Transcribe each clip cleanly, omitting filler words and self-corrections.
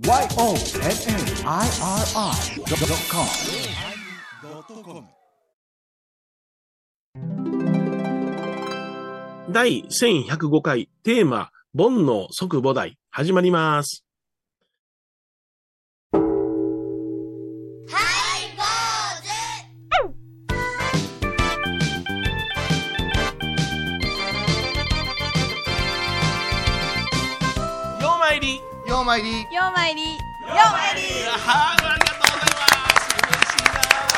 YONNIRI.com 第1105回テーマ煩悩即菩提始まります。 ようまいりありがとうございます。嬉しい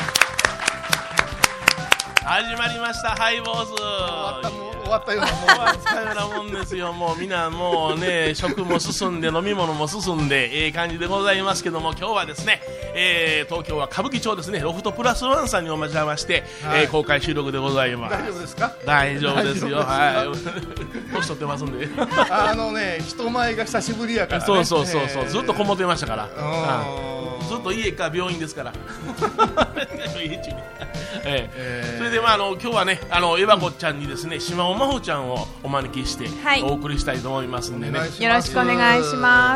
な。始まりましたハイボーズ。 終わったようなもんですよ。もうみんなもうね食も進んで飲み物も進んで感じでございますけども、今日はですね、東京は歌舞伎町ですね、ロフトプラスワンさんにお邪魔して、公開収録でございます。 大丈夫ですか？ 大丈夫ですよ。はい年取ってますんで人前が久しぶりやからね。 そうずっとこもってましたから、ずっと家か病院ですから家中にそれで今日はねエバコちゃんにですね島尾真帆ちゃんをお招きしてお送りしたいと思いますんでね、 よろしくお願いします。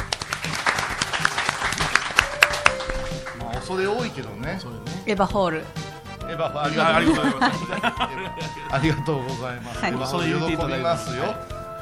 恐れ多いけどね。 エバホールありがとうございます。エバホール喜びますよ。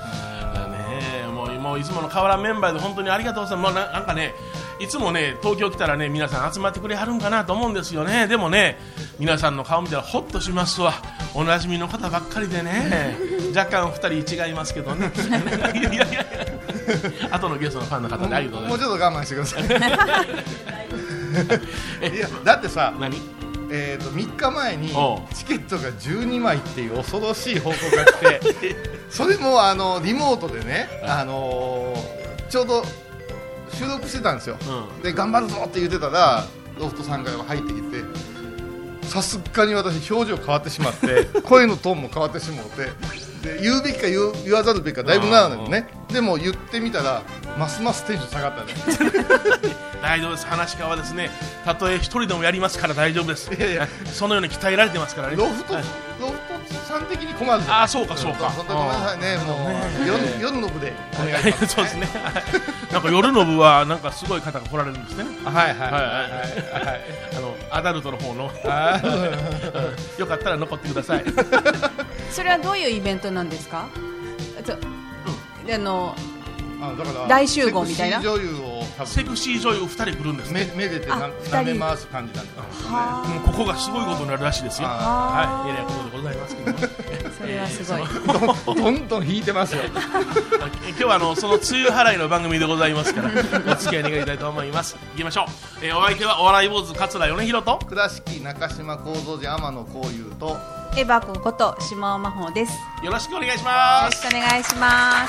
もういつもの変わらんメンバーで本当にありがとうございます。なんかねいつもね東京来たらね皆さん集まってくれはるんかなと思うんですよね。でもね皆さんの顔見たらホッとしますわ。おなじみの方ばっかりでね若干2人違いますけどねいや後のゲストのファンの方でありがとうございます。 もうちょっと我慢してくださいいやだってさ3日前にチケットが12枚っていう恐ろしい報告が来てそれもリモートでね、ちょうど収録してたんですよ、で頑張るぞって言ってたらロフトさんから入ってきて、さすがに私表情変わってしまって声のトーンも変わってしまってで言うべきか言わざるべきかだいぶならないのね。でも言ってみたらますますテンション下がったね大丈夫です。話し家はですねたとえ一人でもやりますから大丈夫です。いやそのように鍛えられてますからね。 ロフトさん的に困る。 そうか本当ごめんなさいね。もう夜の部でお願いします。 そうですねなんか夜の部はなんかすごい方が来られるんですね。アダルトの方のよかったら残ってくださいそれはどういうイベントなんですか？ だから大集合みたいなセクシー女優2人来るんですね。 めでて舐め回す感じなんですね。 ここがすごいことになるらしいですよ。えらいことでございますけどそれはすごいどんどん引いてますよ今日はその梅雨払いの番組でございますからお付き合い願いたいと思います。いきましょう。お相手はお笑い坊主桂米宏と倉敷中島幸三寺天野幸雄とエバコこと島尾真帆です。 よろしくお願いします。 よろしくお願いします。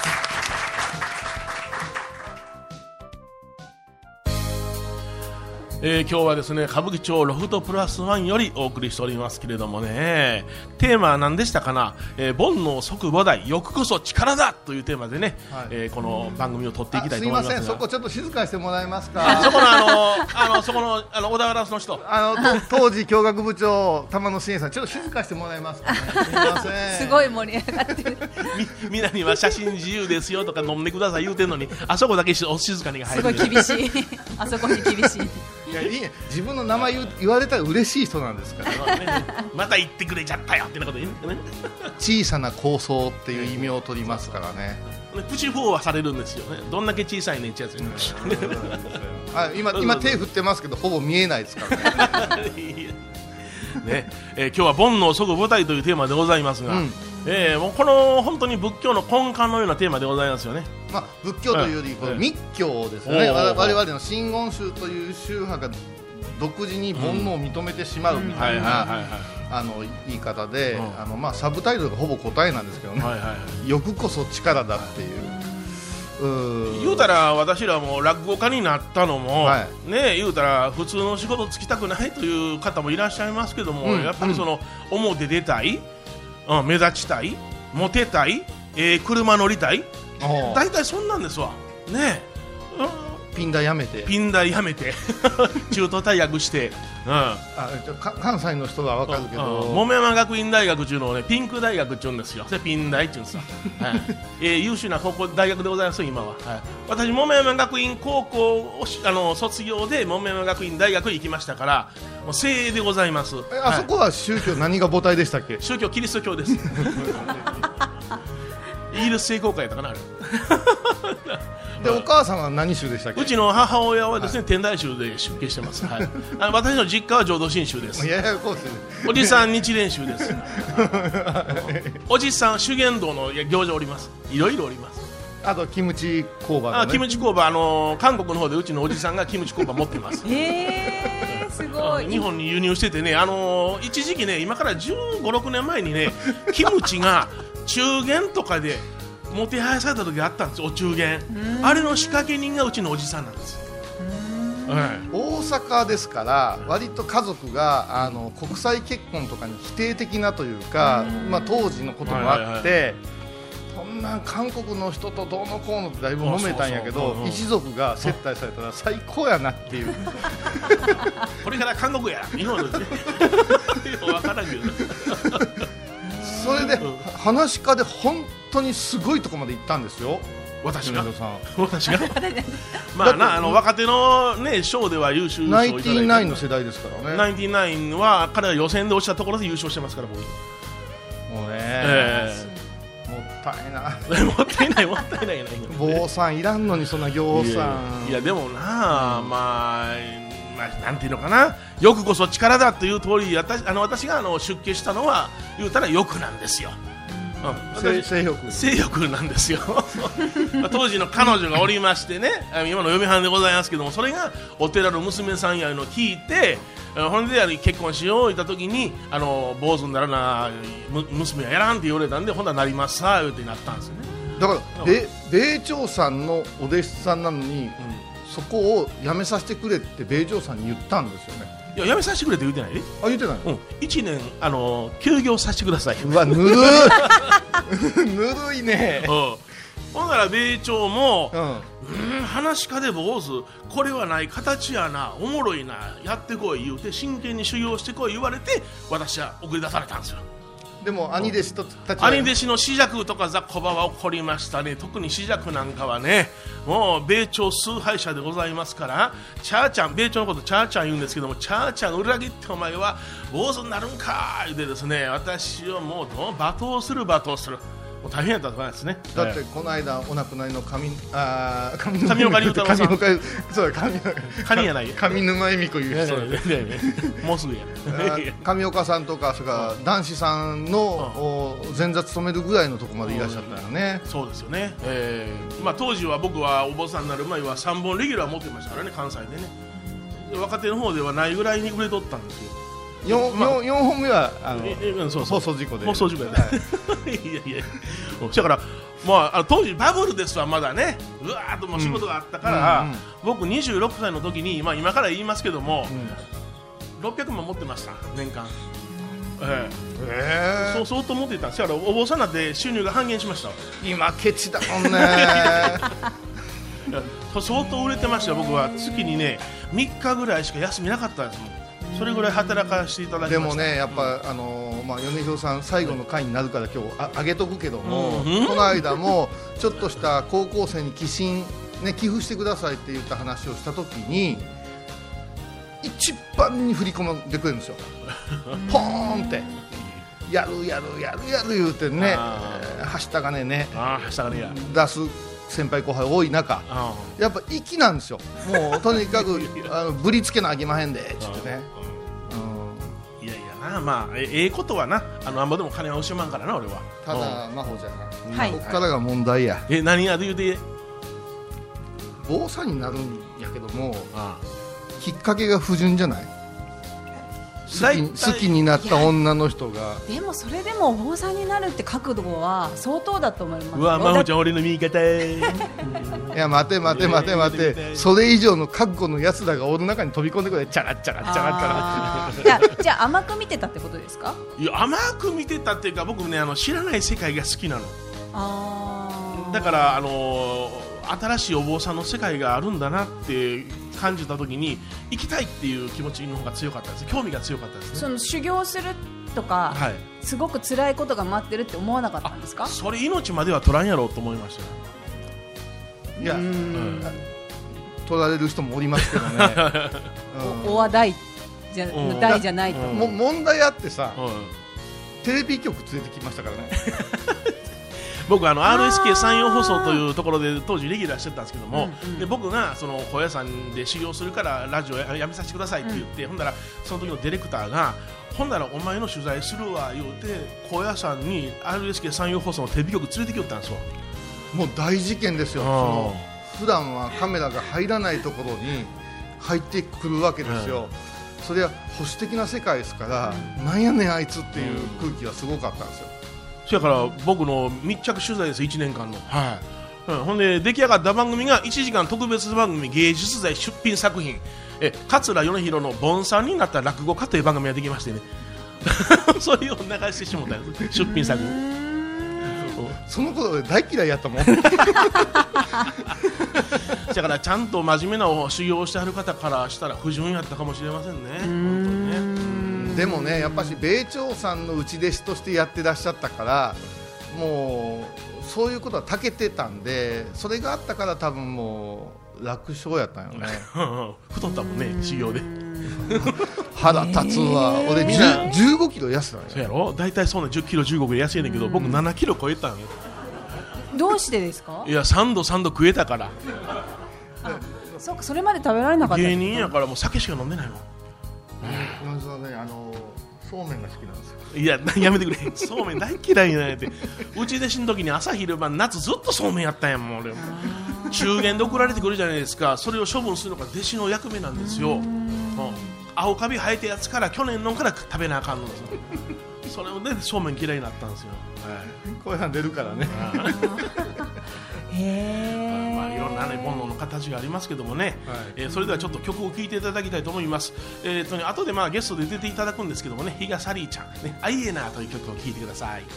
今日はですね歌舞伎町ロフトプラスワンよりお送りしておりますけれどもね、テーマは何でしたかな、煩悩即菩提欲こそ力だというテーマでね、この番組を撮っていきたいと思いますが、 すいませんそこちょっと静かにしてもらえますか。 そこの小田原の人当時教学部長玉野真也さんちょっと静かにしてもらえますか、ね、すいませんすごい盛り上がってるみんなには写真自由ですよとか飲んでください言うてんのにあそこだけお静かに入る。 すごい厳しいあそこに厳しいいや自分の名前言われたら嬉しい人なんですからねまた言ってくれちゃったよってなこと言うんだね小さな構想っていう意味を取りますからね。 プチフォーはされるんですよね。どんだけ小さいねんってやつに今手振ってますけどほぼ見えないですからねね今日は煩悩即菩提というテーマでございますが、もうこの本当に仏教の根幹のようなテーマでございますよね。 仏教というよりこの密教ですよね。我々の真言宗という宗派が独自に煩悩を認めてしまうみたいな言い方で、サブタイトルがほぼ答えなんですけどね、欲こそ力だっていう言うたら私らも落語家になったのも、言うたら普通の仕事つきたくないという方もいらっしゃいますけども、やっぱり表出たい、目立ちたい、モテたい、車乗りたい、大体そんなんですわね。 ピンダやめて中途退学して、 関西の人は分かるけど、 桃山学院大学中のねピンク大学って言うんですよ。ピン大って言うんですよ。優秀な高校大学でございます今は。私桃山学院高校を卒業で桃山学院大学に行きましたから、もう精鋭でございます。 あそこは宗教何が母体でしたっけ？ 宗教キリスト教です。イギリス聖公会やったかなあれ。 でお母さんは何州でしたっけ？ うちの母親はですね、天台宗で出家してます。私の実家は浄土真宗です。おじさん日蓮宗です。おじさん修験道の行者おります。いろいろおります。 あとキムチ工場、 キムチ工場、韓国の方でうちのおじさんがキムチ工場持ってます。 すごい。 日本に輸入しててね、一時期ね、今から15、6年前にね、キムチが中元とかでもてはやされた時があったんですよ。お中元、あれの仕掛け人がうちのおじさんなんですよ。 大阪ですから割と家族が国際結婚とかに否定的なというか、当時のこともあって、そんな韓国の人とどうのこうのってだいぶ揉めたんやけど、一族が接待されたら最高やなっていうこれから韓国や日本の分からんけどそれで話し家で本当にすごいところまで行ったんですよ。 私がまあな、若手のね賞では優秀賞いただいて、 ナインティナインの世代ですからね。 ナインティナインは彼は予選で落ちたところで優勝してますから、僕もうね、もったいなもったいないもったいない坊さんいらんのにそんな行さん。 いやでもな、まあなんていうのかな、欲こそ力だという通り、私が出家したのは言うたら欲なんですよ。性欲なんですよ当時の彼女がおりましてね、今の嫁はんでございますけども、それがお寺の娘さんやのを聞いて、ほんで結婚しようと言った時に坊主にならな娘はやらんって言われたんで、ほんならなりますさってなったんですよね。 だから米朝さんのお弟子さんなのに、そこを辞めさせてくれって米朝さんに言ったんですよね。 いや、辞めさせてくれって言ってないで。 言ってない。 1年休業させてください。 うわ、ぬるいぬるいね。 ほんなら米朝も、話し家で坊主これはない形やな、おもろいな、やってこい言うて真剣に修行してこい言われて、私は送り出されたんですよ。 でも兄弟子たち兄弟子の紫尺とか雑魚場は起こりましたね。特に紫尺なんかはね、もう米朝崇拝者でございますから、チャーちゃん、米朝のことチャーちゃん言うんですけども、チャーちゃん裏切ってお前は坊主になるんか言うてですね、私をもう罵倒するもう大変やったと思いますね。 だってこの間お亡くなりの上岡龍太郎さん、 そう上やないよ、 上沼恵美子いう人もうすぐや上岡さんとか、それから男子さんの前座務めるぐらいのとこまでいらっしゃったよね。 そうですよね。当時は僕はお坊さんになる前は3本レギュラー持ってましたからね、関西でね。若手の方ではないぐらいに売れとったんですよ。 4本目は放送事故で。 放送事故やね。いやいや、だから当時バブルですわ、まだね、うわーっともう仕事があったから、僕26歳の時に、今から言いますけども、600万持ってました年間。そう相当持っていたんです。だからお坊さんになって収入が半減しました。 今ケチだもんね相当売れてましたよ。僕は月にね3日ぐらいしか休みなかったんですもん。それぐらい働かせていただきました。 でもね、やっぱ米広さん最後の回になるから今日あげとくけども、この間もちょっとした高校生に寄付してくださいって言った話をした時に一番に振り込んでくれるんですよポーンってやる言うてね、はした金ね出す先輩後輩多い中、やっぱ粋なんですよ。もうとにかくぶりつけなあきまへんでって言ってね。 いやいやな、ええことはな、あんまでも金は惜しまんからな、俺は。 ただ真帆ちゃん、こっからが問題や。 何やで言うて。 坊さんになるんやけども、きっかけが不純じゃない？好きになった女の人が。 でもそれでもお坊さんになるって覚悟は相当だと思います。 うわ、真帆ちゃん俺の右肩いや待てそれ以上の覚悟のやつらが俺の中に飛び込んでくれ、チャラッチャラッチャラッチャラじゃあ甘く見てたってことですか？ いや、甘く見てたっていうか、僕ね知らない世界が好きなの。だから新しいお坊さんの世界があるんだなって感じた時に行きたいっていう気持ちの方が強かったです。興味が強かったですね。 その修行するとか、はい、すごく辛いことが待ってるって思わなかったんですか？ それ命までは取らんやろうと思いましたよ。 いや、取られる人もおりますけどねお話題じゃないと問題あってさ、テレビ局連れてきましたからね僕RSK 山陽放送というところで当時レギュラーしてたんですけども、で僕がその高野山で修行するからラジオやめさせてくださいって言って、ほんならその時のディレクターがほんならお前の取材するわ言うて高野山に RSK 山陽放送のテレビ局連れてきよったんですよ。 もう大事件ですよ。その普段はカメラが入らないところに入ってくるわけですよ。それは保守的な世界ですから、なんやねんあいつっていう空気がすごかったんですよ。 そやから僕の密着取材です、1年間の、ほんで出来上がった番組が1時間特別番組芸術財出品作品、桂米広の盆さんになった落語家という番組ができましてねそれを流してしまったんです、出品作品。 そのことで大嫌いやったもんだからちゃんと真面目な修行をしてある方からしたら不純やったかもしれませんね。本当にね。でもね、やっぱし米朝さんの内弟子としてやってらっしゃったから、もうそういうことは長けてたんで、それがあったから多分もう楽勝やったんよね太ったもんね、修行で腹立つわ。俺15キロ痩せたんよ。 そうやろ、大体そうね、10キロ15キロ痩せんねんけど、僕7キロ超えたんよ。 どうしてですか？ いや、3度食えたから。 そうか、それまで食べられなかった。 芸人やからもう酒しか飲んでないもん。 そうめんが好きなんですよ。 いや、やめてくれそうめん大嫌いなんやって。うち弟子の時に朝昼晩夏ずっとそうめんやったんやもん。俺中元で送られてくるじゃないですか。それを処分するのが弟子の役目なんですよ。青カビ生えたやつから去年のから食べなあかんのですよそれをね、そうめん嫌いになったんですよ。 こういうの出るからねいろんな、ね、煩悩の形がありますけどもね、それではちょっと曲を聴いていただきたいと思います。後でゲストで出ていただくんですけどもね、比嘉サリーちゃん、ね、アイエナーという曲を聴いてください。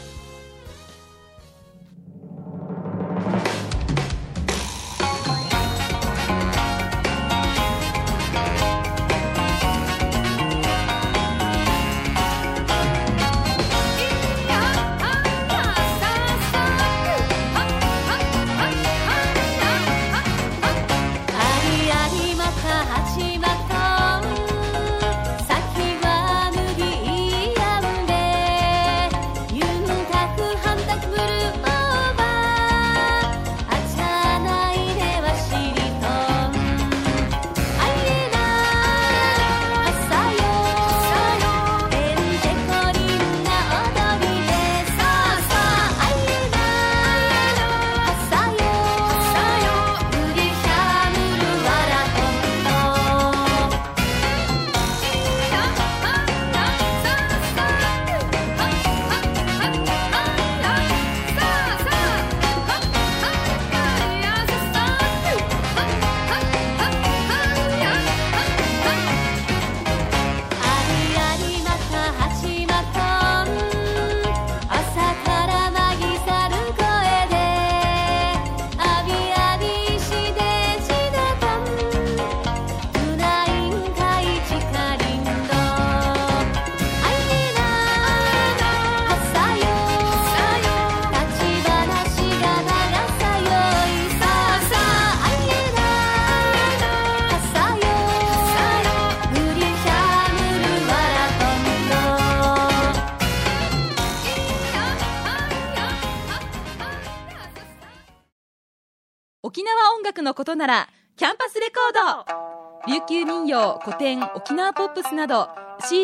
沖縄音楽のことならキャンパスレコード、琉球民謡、古典、沖縄ポップスなど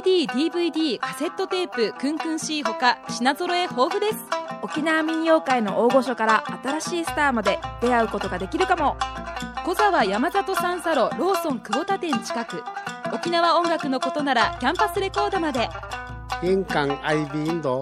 CD、DVD、カセットテープ、クンクン C ほか品揃え豊富です。 沖縄民謡界の大御所から新しいスターまで出会うことができるかも。 小沢山里三佐路ローソン久保田店近く。沖縄音楽のことならキャンパスレコードまで。 印港 IB インド。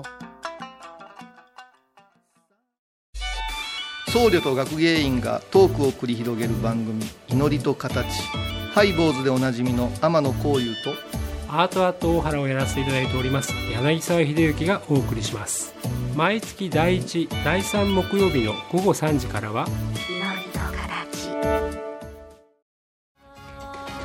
僧侶と学芸員がトークを繰り広げる番組、祈りと形。ハイボーズでおなじみの天野幸雄とアートアット大原をやらせていただいております柳沢秀幸がお送りします。毎月第1、第3木曜日の午後3時からは祈りと形。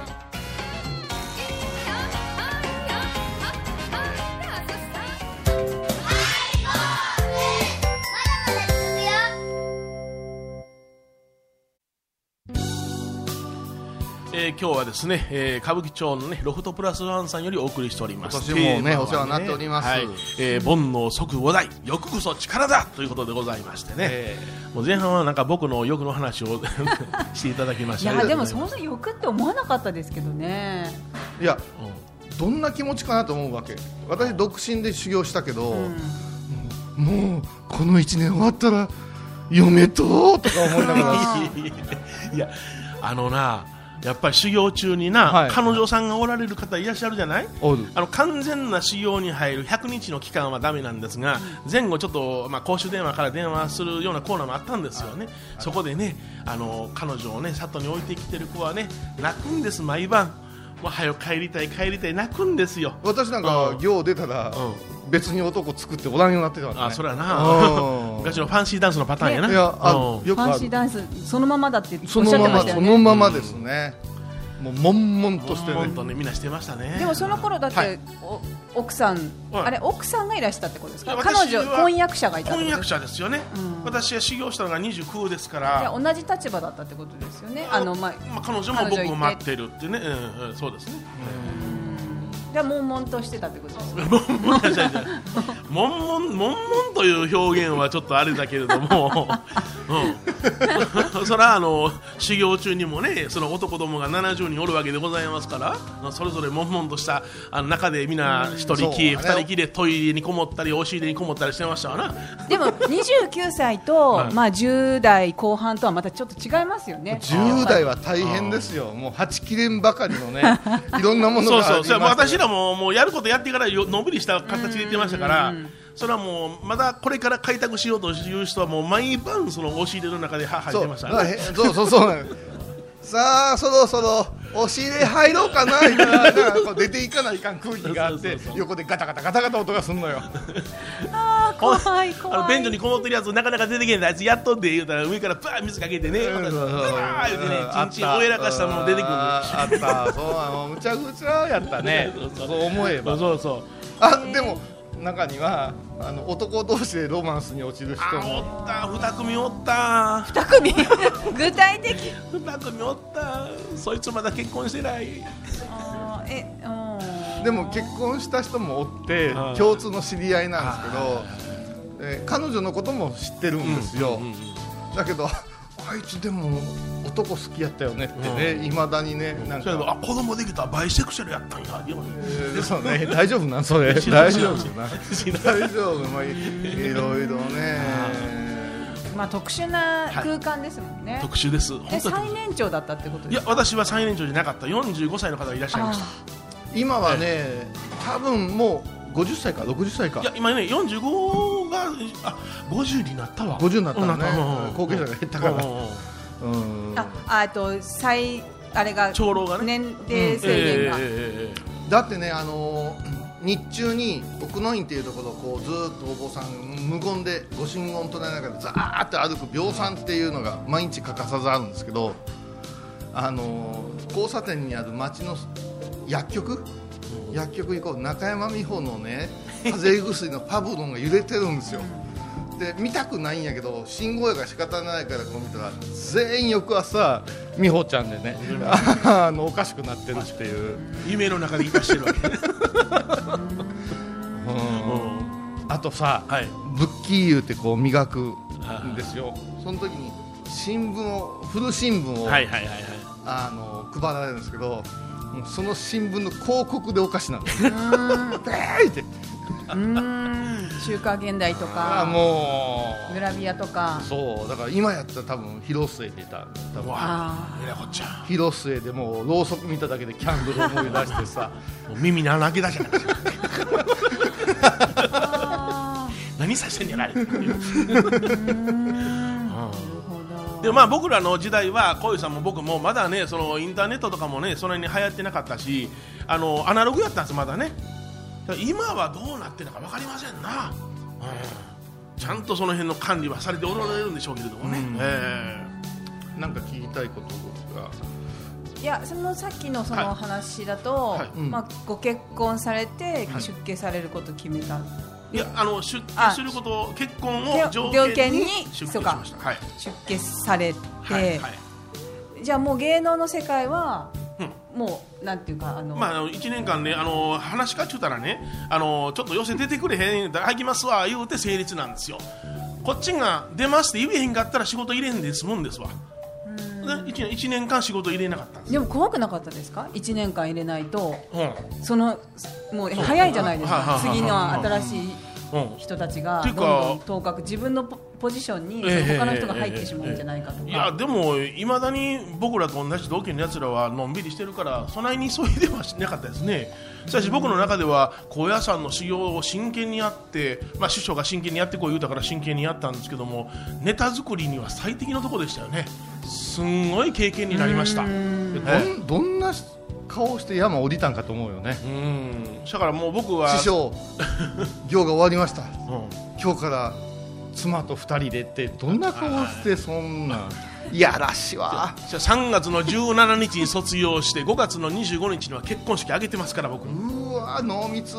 今日はですね、歌舞伎町のねロフトプラスワンさんよりお送りしております。 私もねお世話になっております。 煩悩即五代、欲こそ力だということでございましてね、もう前半はなんか僕の欲の話をしていただきました。 いやでもそんな欲って思わなかったですけどね。 いや、どんな気持ちかなと思うわけ。私独身で修行したけど、もうこの1年終わったら嫁とか思いながらいややっぱり修行中にな、彼女さんがおられる方いらっしゃるじゃない。完全な修行に入る100日の期間はダメなんですが、前後ちょっと、公衆電話から電話するようなコーナーもあったんですよね。そこでね、彼女をね里に置いてきてる子はね泣くんです。毎晩もう早く帰りたい泣くんですよ。 私なんか行出たら、別に男作っておらんようになってたからね。 それはな昔のファンシーダンスのパターンやな。 よくファンシーダンスそのままだっておっしゃってましたよね。 そのままですね。もう悶々としてね。 悶々とねみんなしてましたね。 でもその頃だって奥さんあれ奥さんがいらしたってことですか。彼女婚約者がいた。 婚約者ですよね。私は修行したのが29ですから。 じゃあ同じ立場だったってことですよね。 彼女も僕も待ってるってね。そうですね。 じゃあ悶々としてたってことですね。 悶々という表現はちょっとあれだけれども、それは修行中にもねその男どもが70人おるわけでございますから、それぞれ悶々とした中でみんな1人きり2人きりでトイレにこもったり押し入れにこもったりしてましたわな。 でも29歳と、10代後半とはまたちょっと違いますよね。 10代は大変ですよ。もうはちきれんばかりのねいろんなものがあります。 そう私らもやることやってからのんびりした形で言ってましたから、それはもうまだこれから開拓しようという人はもう毎晩その押し入れの中で吐いてましたね。 そうさあそろそろ押し入れ入ろうかなみたいな出ていかないかん空気があって横でガタガタ音がすんのよ。 怖い便所にこもってるやつなかなか出てけんのあいつやっとんで言うたら上からバー水かけてねバー言うてねちんちんおやらかしたもの出てくる。 あったそうむちゃくちゃやったね。そう思えば。でも中には男同士でロマンスに落ちる人もおった。2組おった 2組具体的 2組おった。そいつまだ結婚してない。 でも結婚した人もおって共通の知り合いなんですけど、彼女のことも知ってるんですよ。だけどあいつでも男好きやったよねってね、いまだにねなんか子供できたバイセクシャルやったんや。 そうね、大丈夫なんそれ大丈夫な大丈夫。いろいろね特殊な空間ですもんね。 特殊です。 最年長だったってことですか。 いや私は最年長じゃなかった。45歳の方がいらっしゃいました。 今はね多分もう50歳か60歳か。 いや今ね45が50になったわ。 50になったね。後継者が減ったから。 あれが長老がね年齢制限が。 だってね日中に奥の院っていうところをこうずっとお坊さん無言でご神言唱えながらザーって歩く廟さんっていうのが毎日欠かさずあるんですけど、交差点にある町の薬局行こう。中山美穂のね風邪薬のパブロンが揺れてるんですよ。で見たくないんやけど信号やから仕方ないからこう見たら全員翌朝美穂ちゃんでねおかしくなってるっていう夢の中で生かしてるわけあとさ、ブッキー言うてこう磨くんですよ。その時に古新聞を配られるんですけど、その新聞の広告でおかしなんですベーって週刊現代とかもうグラビアとか。 そうだから今やったら多分広末でいた。広末でもうろうそく見ただけでキャンドル思い出してさ耳に穴開けだじゃないですか何させてんじゃないで僕らの時代は小遊さんも僕もまだねそのインターネットとかもねそれに流行ってなかったしアナログやったんですまだね。今はどうなってるのか分かりませんな。ちゃんとその辺の管理はされておられるんでしょうけれどもね。 なんか聞きたいことが。 いやそのさっきのその話だと、ご結婚されて出家されることを決めた。 いや出家すること結婚を条件に出家しました。 出家されて、じゃあもう芸能の世界はもうなんていうか 1年間ね話しかっちゅうたらねちょっと寄せ出てくれへん入きますわ言うて成立なんですよ。こっちが出ますって言えへんかったら仕事入れんで済むんですわ。1年間仕事入れなかったんです。 でも怖くなかったですか1年間入れないと、もう早いじゃないですか。次の新しい人たちがどんどん頭角自分のポジションに他の人が入ってしまうんじゃないかとか。 いやでもいまだに僕らと同じ同期のやつらはのんびりしてるからそないに急いではしなかったですね。しかし僕の中では高野山の修行を真剣にやって、師匠が真剣にやってこい言うたから真剣にやったんですけどもネタ作りには最適のところでしたよね。すんごい経験になりました。 どんな顔して山降りたんかと思うよね。 だからもう僕は師匠行が終わりました、今日から妻と2人でってどんな顔してそんないやらしいわ。 3月の17日に卒業して5月の25日には結婚式挙げてますから僕。 うわ濃密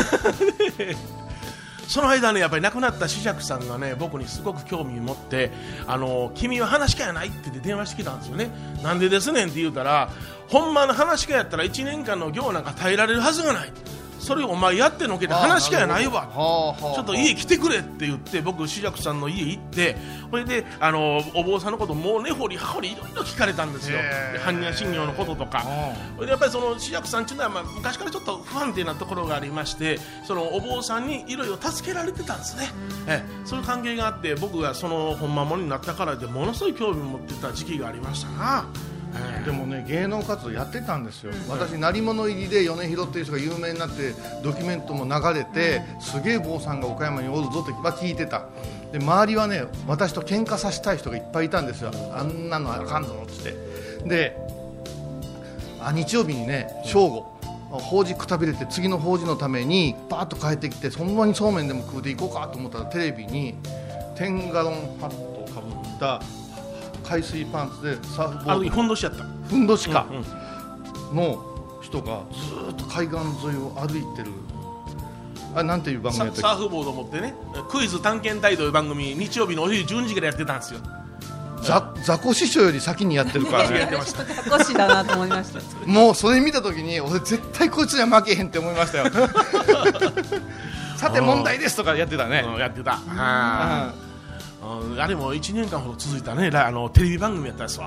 その間ねやっぱり亡くなった紫尺さんがね僕にすごく興味を持って君は話し家やないって言って電話してきたんですよね。なんでですねんって言うたらほんまの話し家やったら1年間の行なんか耐えられるはずがない、それをお前やってのけて話し家やないわ、ちょっと家来てくれって言って僕紫尺さんの家行ってそれでお坊さんのこともう根掘り葉掘りいろいろ聞かれたんですよ。般若心経のこととかそれでやっぱりその紫尺さんっていうのは昔からちょっと不安定なところがありましてそのお坊さんにいろいろ助けられてたんですね。そういう関係があって僕がその本間ものになったからでものすごい興味を持ってた時期がありましたな。 でもね芸能活動やってたんですよ。私鳴り物入りで米広っていう人が有名になってドキュメントも流れてすげえ坊さんが岡山におるぞって聞いてた。で周りはね私と喧嘩させたい人がいっぱいいたんですよ。あんなのあかんぞってで日曜日にね正午法事くたびれて次の法事のためにパーッと帰ってきてそんなにそうめんでも食うていこうかと思ったらテレビにテンガロンハットをかぶった海水パンツでサーフボードふんどしやったふんどしかの人がずっと海岸沿いを歩いてるなんていう番組やったっけ。 サーフボードを持ってねクイズ探検隊という番組日曜日のお昼12時からやってたんですよ。 ザコ師匠より先にやってるからね。 ザコ師だなと思いましたもうそれ見た時に俺絶対こいつには負けへんって思いましたよさて問題ですとかやってたね。 やってた。あれも1年間ほど続いたねテレビ番組やったんですわ。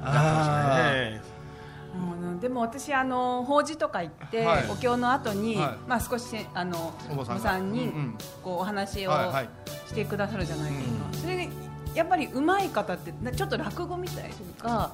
でも私法事とか行って、お経の後に、少しお坊さんにこうお話をしてくださるじゃないですか。それでやっぱり上手い方ってちょっと落語みたいというか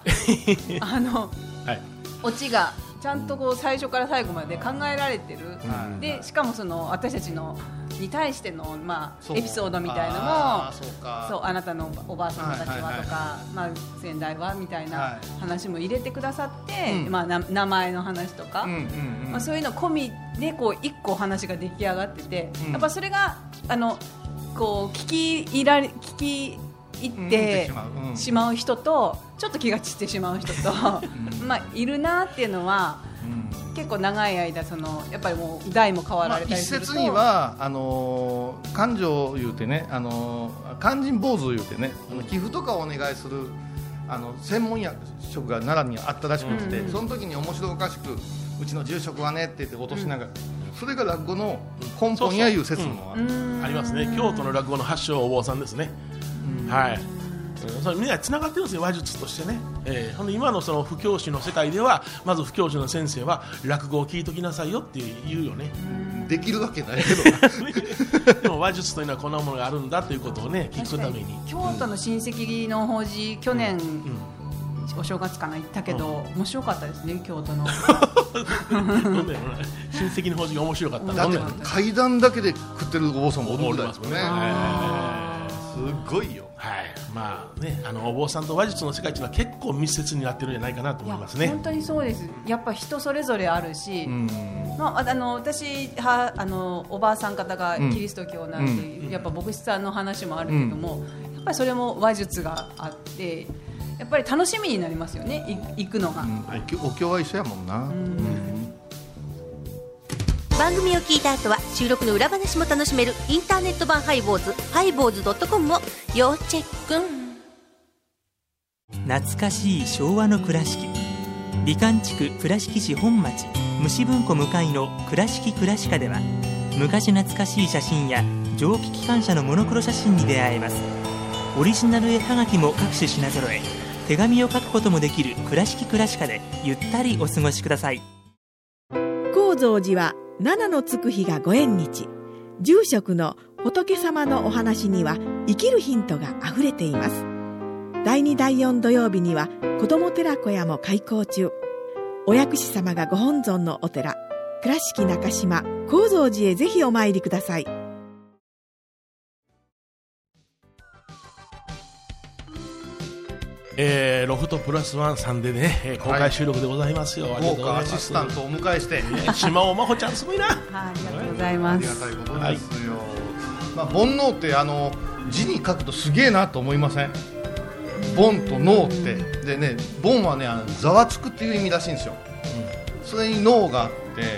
オチがちゃんとこう最初から最後まで考えられてる、でしかもその私たちのに対しての、エピソードみたいのもそうあなたのおばあさんたちはとか、先代はみたいな話も入れてくださって、名前の話とか、そういうの込みでこう一個お話が出来上がってて、やっぱそれがこう聞き入ってしまう人とちょっと気が散ってしまう人といるなっていうのは、結構長い間やっぱりもう代も変わられたりすると、 一説には勘定言うてね勧進坊主言うてね寄付とかをお願いする専門職が奈良にあったらしくて、その時に面白おかしくうちの住職はねって言って落としながら、それが落語の根本やいう説もありますね。京都の落語の発祥お坊さんですね。それみんなつながってるんですよ話術としてね。今のその布教師の世界ではまず布教師の先生は落語を聞いときなさいよって言うよね。 できるわけないけどでも話術というのはこんなものがあるんだということをね聞くために。 京都の親戚の法事去年、お正月かな行ったけど、面白かったですね京都の親戚の法事が面白かった。 だって階段だけで食ってるお坊さんもおるんですよね。すごいよ。 お坊さんと話術の世界というのは結構密接になってるんじゃないかなと思いますね。 本当にそうです。やっぱ人それぞれあるし、私おばあさん方がキリスト教なんで、やっぱ牧師さんの話もあるけども、やっぱりそれも話術があってやっぱり楽しみになりますよね行くのが。 お経は一緒やもんな。 番組を聞いた後は収録の裏話も楽しめるインターネット版ハイボーズハイボーズ.comを要チェック。 懐かしい昭和の倉敷美観地区倉敷市本町虫文庫向かいの倉敷倉歯科では、昔懐かしい写真や蒸気機関車のモノクロ写真に出会えます。オリジナル絵はがきも各種品揃え、手紙を書くこともできる倉敷倉歯科でゆったりお過ごしください。 高蔵寺は七のつく日がご縁日。住職の仏様のお話には生きるヒントがあふれています。第2第4土曜日には子ども寺小屋も開校中。お薬師様がご本尊のお寺、倉敷中島・高蔵寺へぜひお参りください。 ロフトプラスワンさんでね、公開収録でございますよ。 豪華アシスタントをお迎えして、 島尾真帆ちゃんすごいな。 ありがとうございます。 ありがたいことですよ。煩悩って字に書くとすげえなと思いません？煩と脳ってでね、煩はねざわつくっていう意味らしいんですよ。それに脳があって、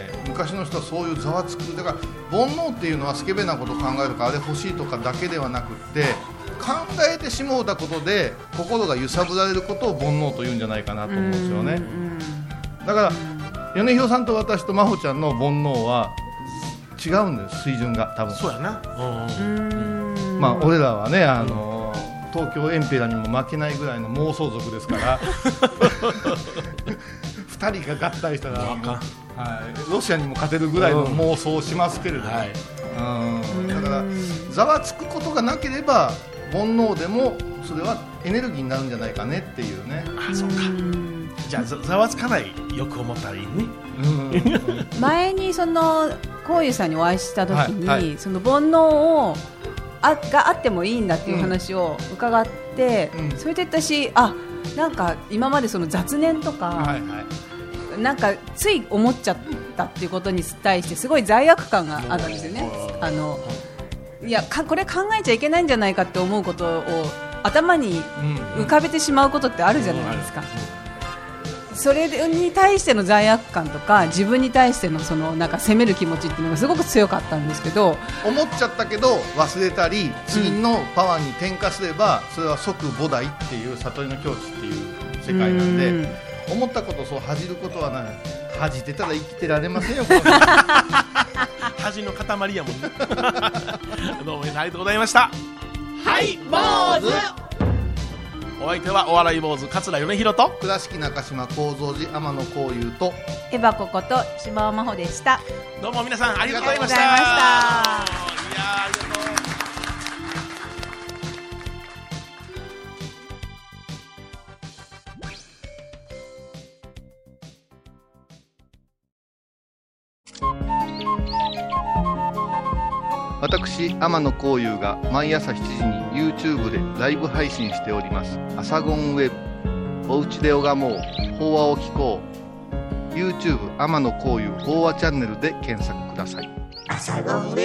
昔の人はそういうざわつく、だから煩悩っていうのはスケベなことを考えるとかあれ欲しいとかだけではなくって、考えてしもうたことで心が揺さぶられることを煩悩というんじゃないかなと思うんですよね。だから米広さんと私と真帆ちゃんの煩悩は違うんです、水準が多分。 そうやな。 まあ俺らはね東京エンペラにも負けないぐらいの妄想族ですから2人が合体したら、ロシアにも勝てるぐらいの妄想をしますけれども、だからざわつくことがなければ煩悩でもそれはエネルギーになるんじゃないかねっていうね。 あ、そうか。じゃあざわつかない欲を持ったらいいね。 前にそのこういうさんにお会いした時に、その煩悩をがあってもいいんだっていう話を伺って、それで私なんか今までその雑念とか、なんかつい思っちゃったっていうことに対してすごい罪悪感があったんですよね。いやこれ考えちゃいけないんじゃないかって思うことを頭に浮かべてしまうことってあるじゃないですか。それに対しての罪悪感とか自分に対してのそのなんか責める気持ちっていうのがすごく強かったんですけど、 思っちゃったけど忘れたり次のパワーに転化すれば、それは即菩提っていう悟りの境地っていう世界なんで、思ったことをそう恥じることはない。恥じてたら生きてられませんよ。 恥の塊やもんね。どうもありがとうございました。 はい坊主。 お相手はお笑い坊主桂米宏と倉敷中島・高蔵寺天野幸雄とエヴァコこと島尾真帆でした。 どうも皆さんありがとうございました。いやありがとう。 私天野幸雄が毎朝7時に YouTube でライブ配信しておりますアサゴンウェブ、おうちで拝もう法話を聞こう、 YouTube 天野幸雄法話チャンネルで検索ください。アサゴンウェブ。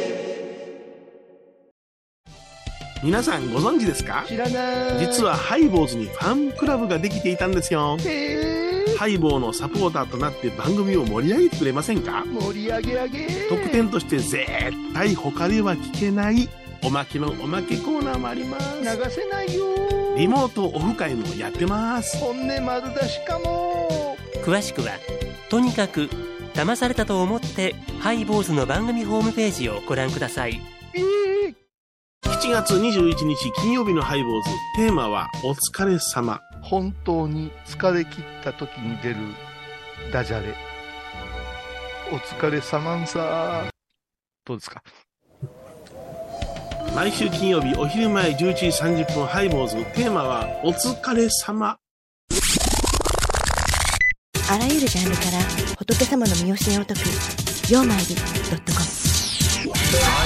皆さんご存知ですか？ 知らない。 実はハイボーズにファンクラブができていたんですよ。ハイボーのサポーターとなって番組を盛り上げてくれませんか？ 盛り上げ上げ。 特典として絶対他では聞けないおまけのおまけコーナーもあります。 流せないよ。 リモートオフ会もやってます。 本音丸出しかも。 詳しくはとにかく騙されたと思ってハイボーズの番組ホームページをご覧ください。 7月21日金曜日のハイボーズ、テーマはお疲れ様。 本当に疲れ切った時に出るダジャレ。お疲れ様んさ。どうですか？ 毎週金曜日お昼前11時30分ハイボーズ、テーマはお疲れ様。 あらゆるジャンルから仏様の身教えを解く曜マイル.com。